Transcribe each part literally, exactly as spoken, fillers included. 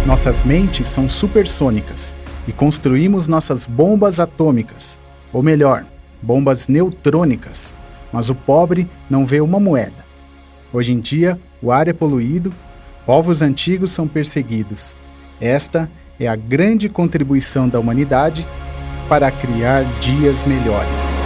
Nossas mentes são supersônicas e construímos nossas bombas atômicas, ou melhor, bombas neutrônicas, mas o pobre não vê uma moeda. Hoje em dia, o ar é poluído, povos antigos são perseguidos. Esta é a grande contribuição da humanidade para criar dias melhores.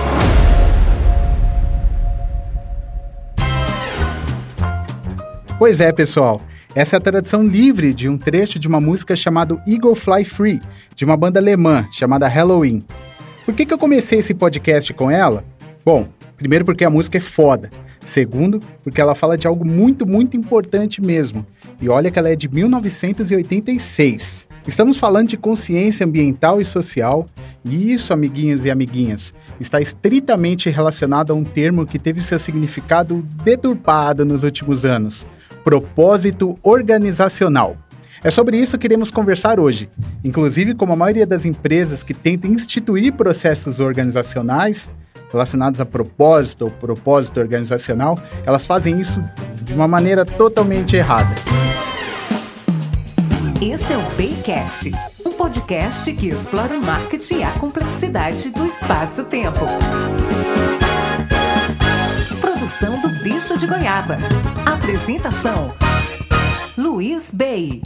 Pois é, pessoal. Essa é a tradução livre de um trecho de uma música chamada Eagle Fly Free, de uma banda alemã chamada Helloween. Por que que eu comecei esse podcast com ela? Bom, primeiro porque a música é foda. Segundo, porque ela fala de algo muito, muito importante mesmo. E olha que ela é de mil novecentos e oitenta e seis. Estamos falando de consciência ambiental e social, e isso, amiguinhos e amiguinhas, está estritamente relacionado a um termo que teve seu significado deturpado nos últimos anos: propósito organizacional. É sobre isso que iremos conversar hoje. Inclusive, como a maioria das empresas que tentam instituir processos organizacionais relacionados a propósito ou propósito organizacional, elas fazem isso de uma maneira totalmente errada. Esse é o Baycast, um podcast que explora o marketing e a complexidade do espaço-tempo. Produção do Bicho de Goiaba. Apresentação: Luiz Bay.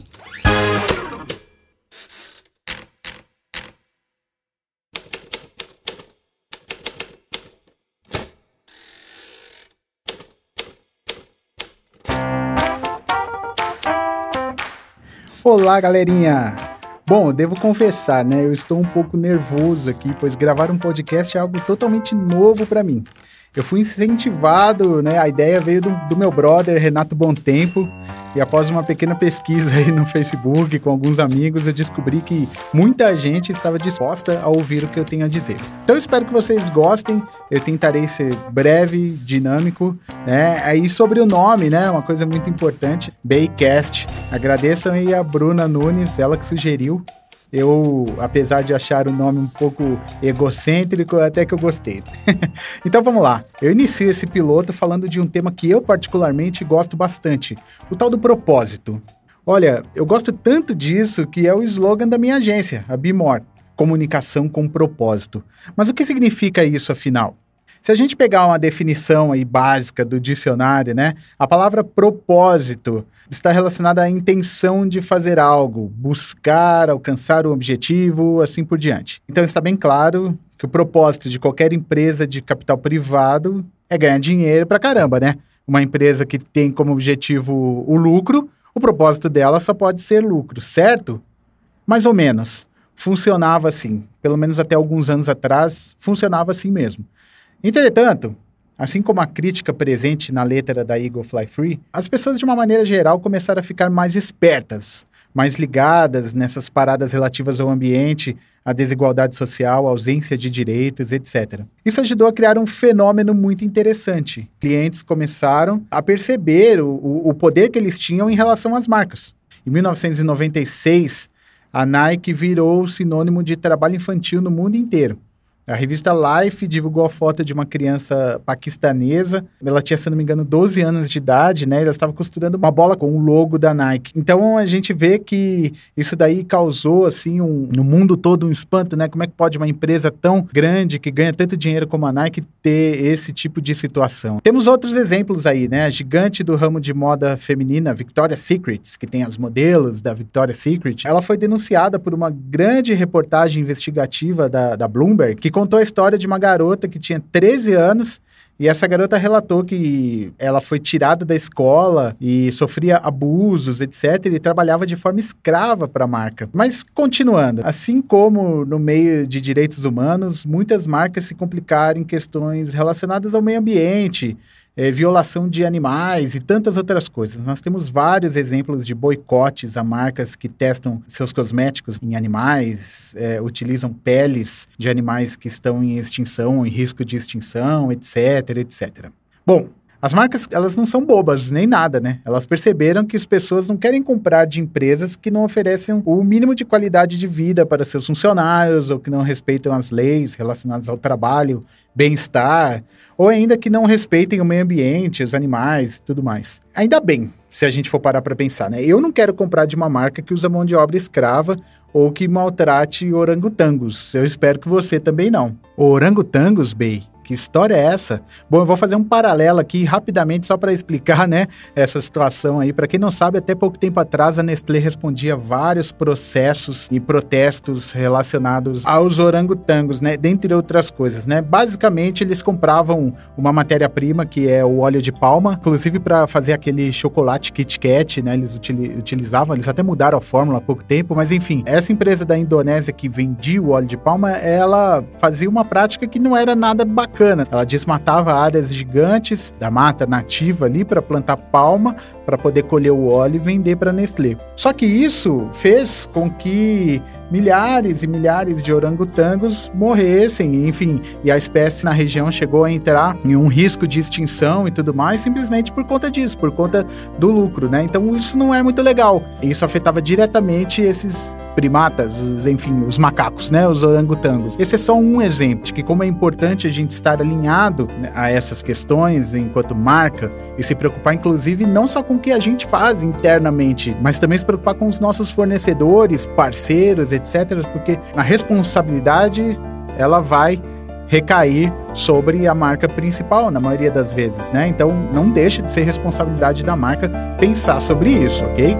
Olá, galerinha! Bom, eu devo confessar, né? Eu estou um pouco nervoso aqui, pois gravar um podcast é algo totalmente novo para mim. Eu fui incentivado, né? A ideia veio do, do meu brother, Renato Bontempo, e após uma pequena pesquisa aí no Facebook com alguns amigos, eu descobri que muita gente estava disposta a ouvir o que eu tenho a dizer. Então eu espero que vocês gostem, eu tentarei ser breve, dinâmico, né? Aí sobre o nome, né? Uma coisa muito importante, Baycast. Agradeçam aí a Bruna Nunes, ela que sugeriu. Eu, apesar de achar o nome um pouco egocêntrico, até que eu gostei. Então vamos lá. Eu inicio esse piloto falando de um tema que eu particularmente gosto bastante, o tal do propósito. Olha, eu gosto tanto disso que é o slogan da minha agência, a Be More, comunicação com propósito. Mas o que significa isso, afinal? Se a gente pegar uma definição aí básica do dicionário, né? A palavra propósito está relacionada à intenção de fazer algo, buscar, alcançar um objetivo, assim por diante. Então está bem claro que o propósito de qualquer empresa de capital privado é ganhar dinheiro pra caramba, né? Uma empresa que tem como objetivo o lucro, o propósito dela só pode ser lucro, certo? Mais ou menos. Funcionava assim. Pelo menos até alguns anos atrás, funcionava assim mesmo. Entretanto, assim como a crítica presente na letra da Eagle Fly Free, as pessoas de uma maneira geral começaram a ficar mais espertas, mais ligadas nessas paradas relativas ao ambiente, à desigualdade social, à ausência de direitos, etcétera. Isso ajudou a criar um fenômeno muito interessante. Clientes começaram a perceber o, o poder que eles tinham em relação às marcas. Em mil novecentos e noventa e seis, a Nike virou sinônimo de trabalho infantil no mundo inteiro. A revista Life divulgou a foto de uma criança paquistanesa. Ela tinha, se não me engano, doze anos de idade, né? Ela estava costurando uma bola com o logo da Nike. Então, a gente vê que isso daí causou, assim, um, no mundo todo um espanto, né? Como é que pode uma empresa tão grande, que ganha tanto dinheiro como a Nike, ter esse tipo de situação? Temos outros exemplos aí, né? A gigante do ramo de moda feminina, Victoria's Secret, que tem as modelos da Victoria's Secret, ela foi denunciada por uma grande reportagem investigativa da, da Bloomberg, que contou a história de uma garota que tinha treze anos e essa garota relatou que ela foi tirada da escola e sofria abusos, etcétera, e trabalhava de forma escrava para a marca. Mas continuando, assim como no meio de direitos humanos, muitas marcas se complicaram em questões relacionadas ao meio ambiente, É, violação de animais e tantas outras coisas. Nós temos vários exemplos de boicotes a marcas que testam seus cosméticos em animais, é, utilizam peles de animais que estão em extinção, em risco de extinção, etc, etcétera. Bom, as marcas, elas não são bobas, nem nada, né? Elas perceberam que as pessoas não querem comprar de empresas que não oferecem o mínimo de qualidade de vida para seus funcionários ou que não respeitam as leis relacionadas ao trabalho, bem-estar, ou ainda que não respeitem o meio ambiente, os animais e tudo mais. Ainda bem se a gente for parar para pensar, né? Eu não quero comprar de uma marca que usa mão de obra escrava ou que maltrate orangotangos. Eu espero que você também não. Orangotangos, Bey? Que história é essa? Bom, eu vou fazer um paralelo aqui rapidamente só para explicar, né, essa situação aí. Para quem não sabe, até pouco tempo atrás a Nestlé respondia a vários processos e protestos relacionados aos orangotangos, né, dentre outras coisas, né. Basicamente, eles compravam uma matéria-prima que é o óleo de palma, inclusive para fazer aquele chocolate Kit Kat, né, eles util- utilizavam, eles até mudaram a fórmula há pouco tempo, mas enfim, essa empresa da Indonésia que vendia o óleo de palma, ela fazia uma prática que não era nada bacana. Ela desmatava áreas gigantes da mata nativa ali para plantar palma, para poder colher o óleo e vender para a Nestlé. Só que isso fez com que milhares e milhares de orangotangos morressem, enfim, e a espécie na região chegou a entrar em um risco de extinção e tudo mais, simplesmente por conta disso, por conta do lucro, né? Então isso não é muito legal. Isso afetava diretamente esses primatas, os, enfim, os macacos, né? Os orangotangos. Esse é só um exemplo de que como é importante a gente estar alinhado, né, a essas questões enquanto marca e se preocupar, inclusive, não só com o que a gente faz internamente, mas também se preocupar com os nossos fornecedores, parceiros, etcétera, porque a responsabilidade, ela vai recair sobre a marca principal, na maioria das vezes, né? Então, não deixa de ser responsabilidade da marca pensar sobre isso, ok?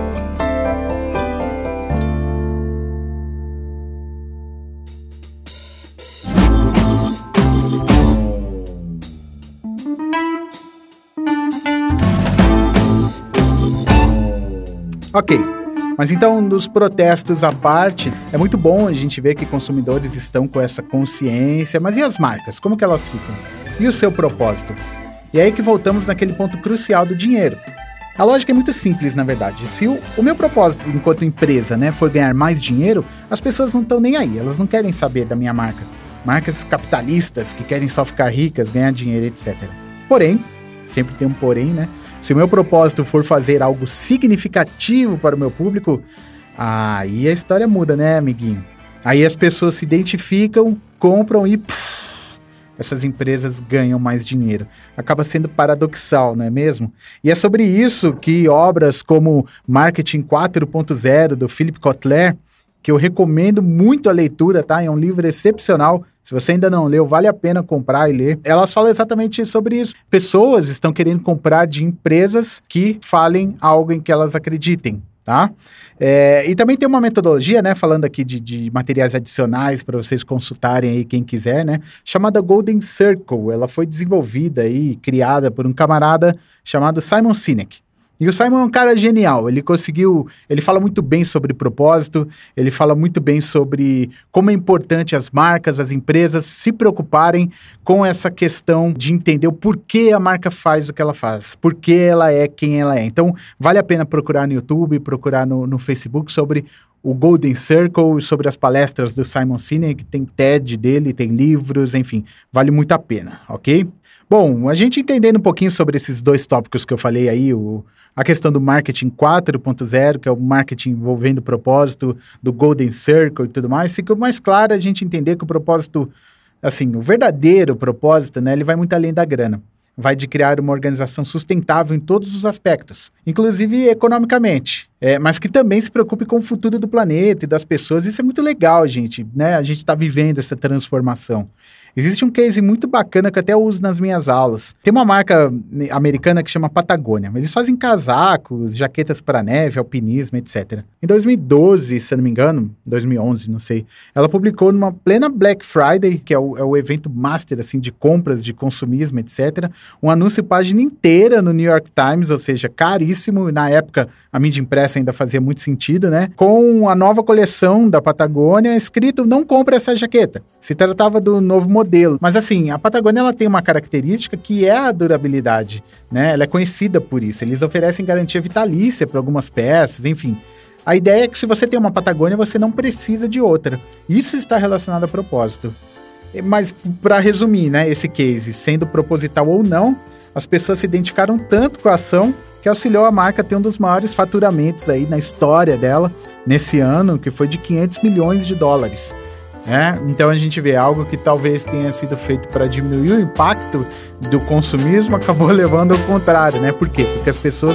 Ok, mas então, dos protestos à parte, é muito bom a gente ver que consumidores estão com essa consciência, mas e as marcas? Como que elas ficam? E o seu propósito? E aí que voltamos naquele ponto crucial do dinheiro. A lógica é muito simples, na verdade. Se o, o meu propósito enquanto empresa, né, for ganhar mais dinheiro, as pessoas não estão nem aí, elas não querem saber da minha marca. Marcas capitalistas que querem só ficar ricas, ganhar dinheiro, etcétera. Porém, sempre tem um porém, né? Se o meu propósito for fazer algo significativo para o meu público, aí a história muda, né, amiguinho? Aí as pessoas se identificam, compram e pff, essas empresas ganham mais dinheiro. Acaba sendo paradoxal, não é mesmo? E é sobre isso que obras como Marketing quatro ponto zero, do Philip Kotler, que eu recomendo muito a leitura, tá? É um livro excepcional. Se você ainda não leu, vale a pena comprar e ler. Elas falam exatamente sobre isso. Pessoas estão querendo comprar de empresas que falem algo em que elas acreditem, tá? É, e também tem uma metodologia, né? Falando aqui de, de materiais adicionais para vocês consultarem aí, quem quiser, né? Chamada Golden Circle. Ela foi desenvolvida e criada por um camarada chamado Simon Sinek. E o Simon é um cara genial, ele conseguiu, ele fala muito bem sobre propósito, ele fala muito bem sobre como é importante as marcas, as empresas se preocuparem com essa questão de entender o porquê a marca faz o que ela faz, porquê ela é quem ela é. Então, vale a pena procurar no YouTube, procurar no, no Facebook sobre o Golden Circle, sobre as palestras do Simon Sinek, tem TED dele, tem livros, enfim, vale muito a pena, ok? Bom, a gente entendendo um pouquinho sobre esses dois tópicos que eu falei aí, o a questão do Marketing quatro ponto zero, que é o marketing envolvendo o propósito, do Golden Circle e tudo mais, fica mais claro a gente entender que o propósito, assim, o verdadeiro propósito, né, ele vai muito além da grana. Vai de criar uma organização sustentável em todos os aspectos, inclusive economicamente, é, mas que também se preocupe com o futuro do planeta e das pessoas. Isso é muito legal, gente, né? A gente está vivendo essa transformação. Existe um case muito bacana que eu até uso nas minhas aulas. Tem uma marca americana que chama Patagônia. Eles fazem casacos, jaquetas para neve, alpinismo, etcétera. Em dois mil e doze, se eu não me engano, dois mil e onze, não sei, ela publicou numa plena Black Friday, que é o, é o evento master assim, de compras, de consumismo, etcétera, um anúncio página inteira no New York Times, ou seja, caríssimo. Na época, a mídia impressa ainda fazia muito sentido, né? Com a nova coleção da Patagônia, escrito, não compre essa jaqueta. Se tratava do novo modelo. Mas assim, a Patagônia ela tem uma característica que é a durabilidade, né? Ela é conhecida por isso. Eles oferecem garantia vitalícia para algumas peças, enfim. A ideia é que se você tem uma Patagônia, você não precisa de outra. Isso está relacionado a propósito. Mas para resumir, né, esse case, sendo proposital ou não, as pessoas se identificaram tanto com a ação que auxiliou a marca a ter um dos maiores faturamentos aí na história dela nesse ano, que foi de quinhentos milhões de dólares. É, então a gente vê algo que talvez tenha sido feito para diminuir o impacto do consumismo, acabou levando ao contrário, né? Por quê? Porque as pessoas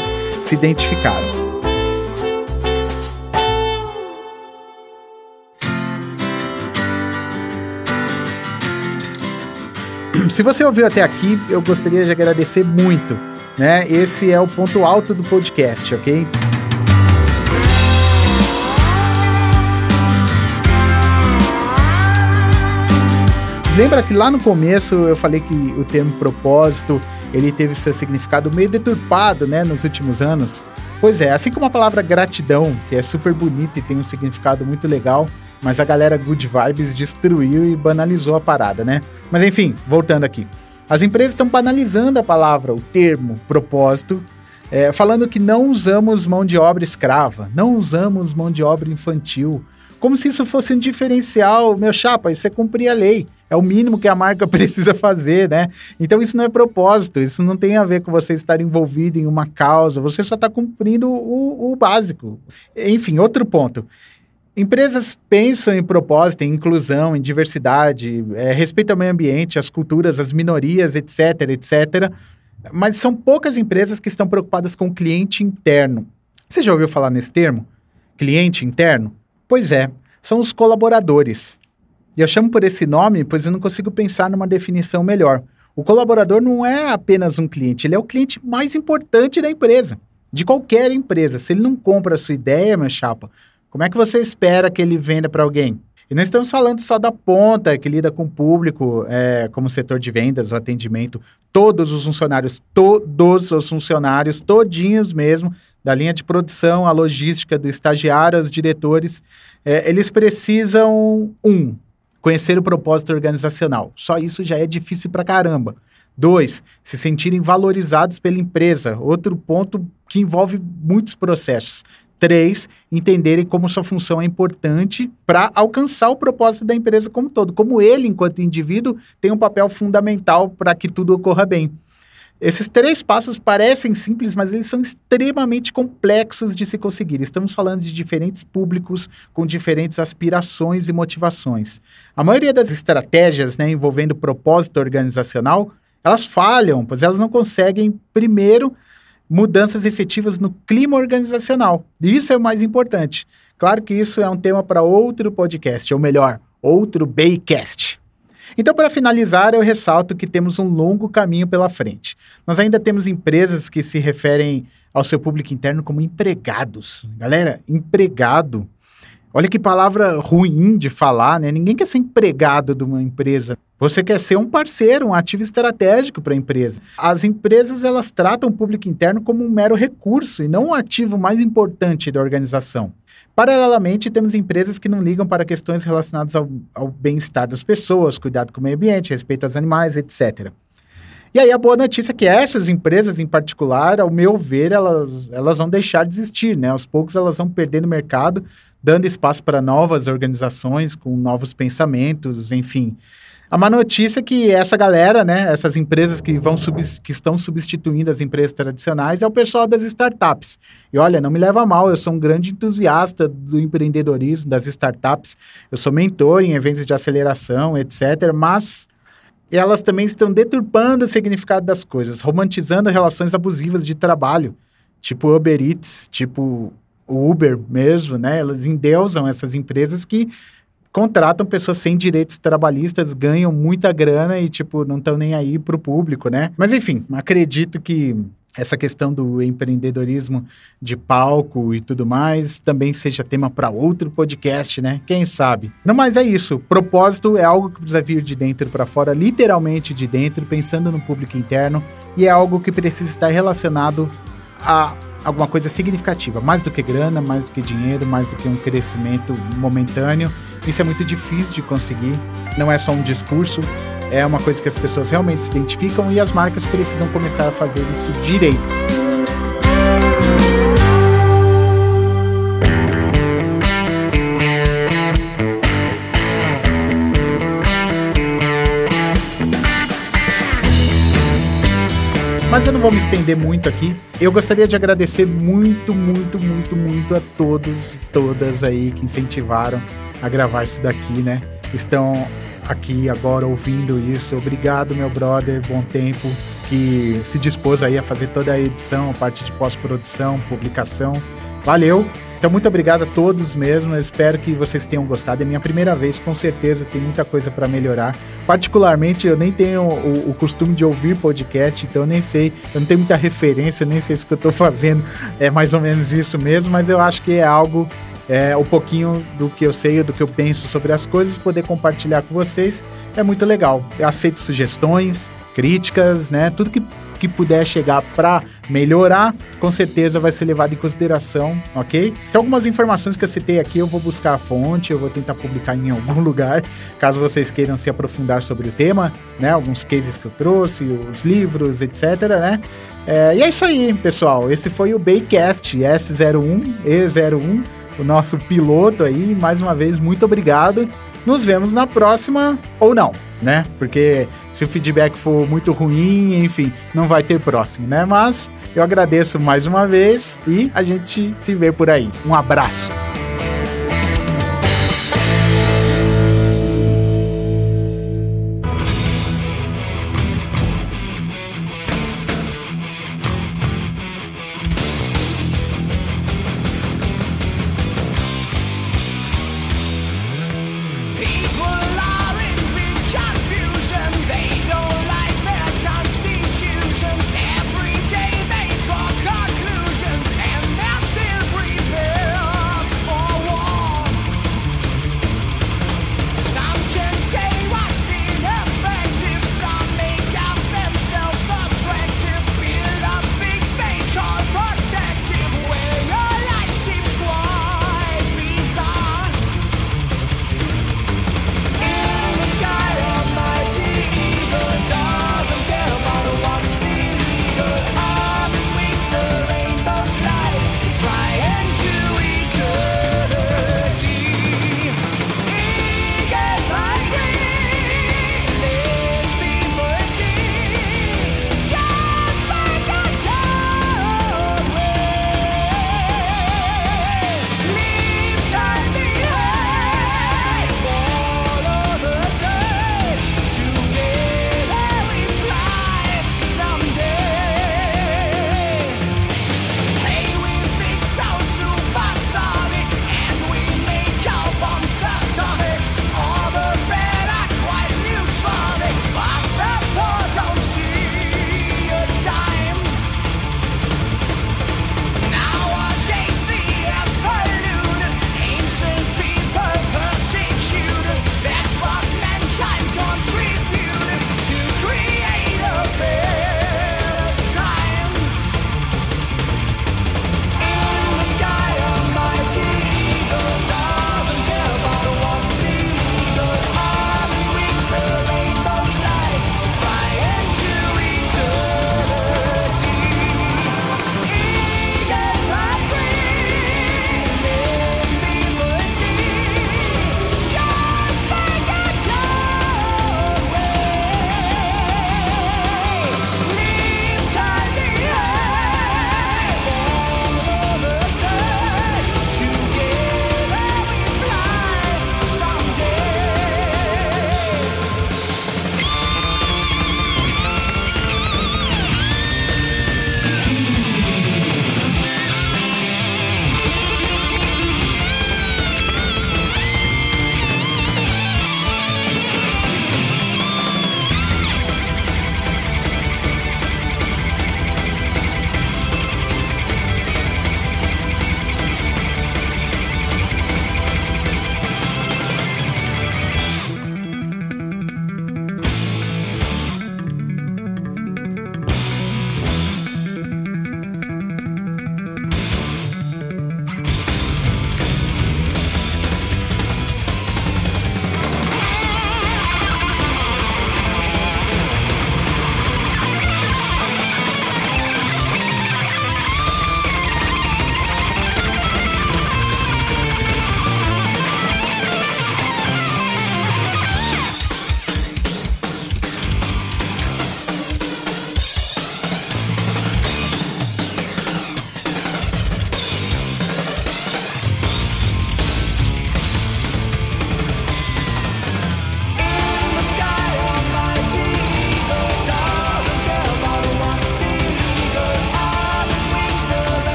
se identificaram. Se você ouviu até aqui, eu gostaria de agradecer muito, né? Esse é o ponto alto do podcast, ok? Lembra que lá no começo eu falei que o termo propósito, ele teve seu significado meio deturpado, né, nos últimos anos? Pois é, assim como a palavra gratidão, que é super bonita e tem um significado muito legal, mas a galera good vibes destruiu e banalizou a parada, né? Mas enfim, voltando aqui. As empresas estão banalizando a palavra, o termo propósito, é, falando que não usamos mão de obra escrava, não usamos mão de obra infantil, como se isso fosse um diferencial. Meu chapa, isso é cumprir a lei. É o mínimo que a marca precisa fazer, né? Então isso não é propósito, isso não tem a ver com você estar envolvido em uma causa, você só está cumprindo o, o básico. Enfim, outro ponto. Empresas pensam em propósito, em inclusão, em diversidade, é, respeito ao meio ambiente, as culturas, as minorias, etc, etcétera. Mas são poucas empresas que estão preocupadas com o cliente interno. Você já ouviu falar nesse termo? Cliente interno? Pois é, são os colaboradores. E eu chamo por esse nome, pois eu não consigo pensar numa definição melhor. O colaborador não é apenas um cliente, ele é o cliente mais importante da empresa, de qualquer empresa. Se ele não compra a sua ideia, meu chapa, como é que você espera que ele venda para alguém? E não estamos falando só da ponta que lida com o público, é, como o setor de vendas, o atendimento, todos os funcionários, todos os funcionários, todinhos mesmo, da linha de produção, a logística, do estagiário, aos diretores, é, eles precisam, um, conhecer o propósito organizacional. Só isso já é difícil pra caramba. Dois, se sentirem valorizados pela empresa. Outro ponto que envolve muitos processos. Três, entenderem como sua função é importante para alcançar o propósito da empresa como um todo. Como ele, enquanto indivíduo, tem um papel fundamental para que tudo ocorra bem. Esses três passos parecem simples, mas eles são extremamente complexos de se conseguir. Estamos falando de diferentes públicos com diferentes aspirações e motivações. A maioria das estratégias, né, envolvendo propósito organizacional, elas falham, pois elas não conseguem, primeiro, mudanças efetivas no clima organizacional. E isso é o mais importante. Claro que isso é um tema para outro podcast, ou melhor, outro Baycast. Então, para finalizar, eu ressalto que temos um longo caminho pela frente. Nós ainda temos empresas que se referem ao seu público interno como empregados. Galera, empregado. Olha que palavra ruim de falar, né? Ninguém quer ser empregado de uma empresa. Você quer ser um parceiro, um ativo estratégico para a empresa. As empresas, elas tratam o público interno como um mero recurso e não um ativo mais importante da organização. Paralelamente, temos empresas que não ligam para questões relacionadas ao, ao bem-estar das pessoas, cuidado com o meio ambiente, respeito aos animais, etcétera. E aí a boa notícia é que essas empresas em particular, ao meu ver, elas, elas vão deixar de existir, né? Aos poucos elas vão perdendo mercado, dando espaço para novas organizações com novos pensamentos, enfim. A má notícia é que essa galera, né, essas empresas que, vão subs- que estão substituindo as empresas tradicionais é o pessoal das startups. E olha, não me leva a mal, eu sou um grande entusiasta do empreendedorismo, das startups, eu sou mentor em eventos de aceleração, etcétera, mas elas também estão deturpando o significado das coisas, romantizando relações abusivas de trabalho, tipo Uber Eats, tipo o Uber mesmo, né? Elas endeusam essas empresas que contratam pessoas sem direitos trabalhistas, ganham muita grana e, tipo, não estão nem aí pro público, né? Mas, enfim, acredito que essa questão do empreendedorismo de palco e tudo mais também seja tema para outro podcast, né? Quem sabe? Não, mas é isso. Propósito é algo que precisa vir de dentro para fora, literalmente de dentro, pensando no público interno, e é algo que precisa estar relacionado a alguma coisa significativa, mais do que grana, mais do que dinheiro, mais do que um crescimento momentâneo. Isso é muito difícil de conseguir, não é só um discurso, é uma coisa que as pessoas realmente se identificam e as marcas precisam começar a fazer isso direito. Mas eu não vou me estender muito aqui. Eu gostaria de agradecer muito, muito, muito, muito a todos e todas aí que incentivaram a gravar isso daqui, né? Estão aqui agora ouvindo isso. Obrigado, meu brother, bom tempo. que se dispôs aí a fazer toda a edição, a parte de pós-produção, publicação. Valeu! Então, muito obrigado a todos mesmo. Eu espero que vocês tenham gostado. É minha primeira vez, com certeza tem muita coisa para melhorar. Particularmente, eu nem tenho o, o costume de ouvir podcast, então eu nem sei, eu não tenho muita referência, nem sei se o que eu tô fazendo é mais ou menos isso mesmo, mas eu acho que é algo, é, um pouquinho do que eu sei, do que eu penso sobre as coisas, poder compartilhar com vocês é muito legal. Eu aceito sugestões, críticas, né? Tudo que que puder chegar para melhorar, com certeza vai ser levado em consideração, ok? Então, algumas informações que eu citei aqui, eu vou buscar a fonte, eu vou tentar publicar em algum lugar, caso vocês queiram se aprofundar sobre o tema, né? Alguns cases que eu trouxe, os livros, etcétera, né? É, e é isso aí, pessoal. Esse foi o Baycast S zero um, E zero um, o nosso piloto aí. Mais uma vez, muito obrigado. Nos vemos na próxima, ou não, né? Porque se o feedback for muito ruim, enfim, não vai ter próximo, né? Mas eu agradeço mais uma vez e a gente se vê por aí. Um abraço!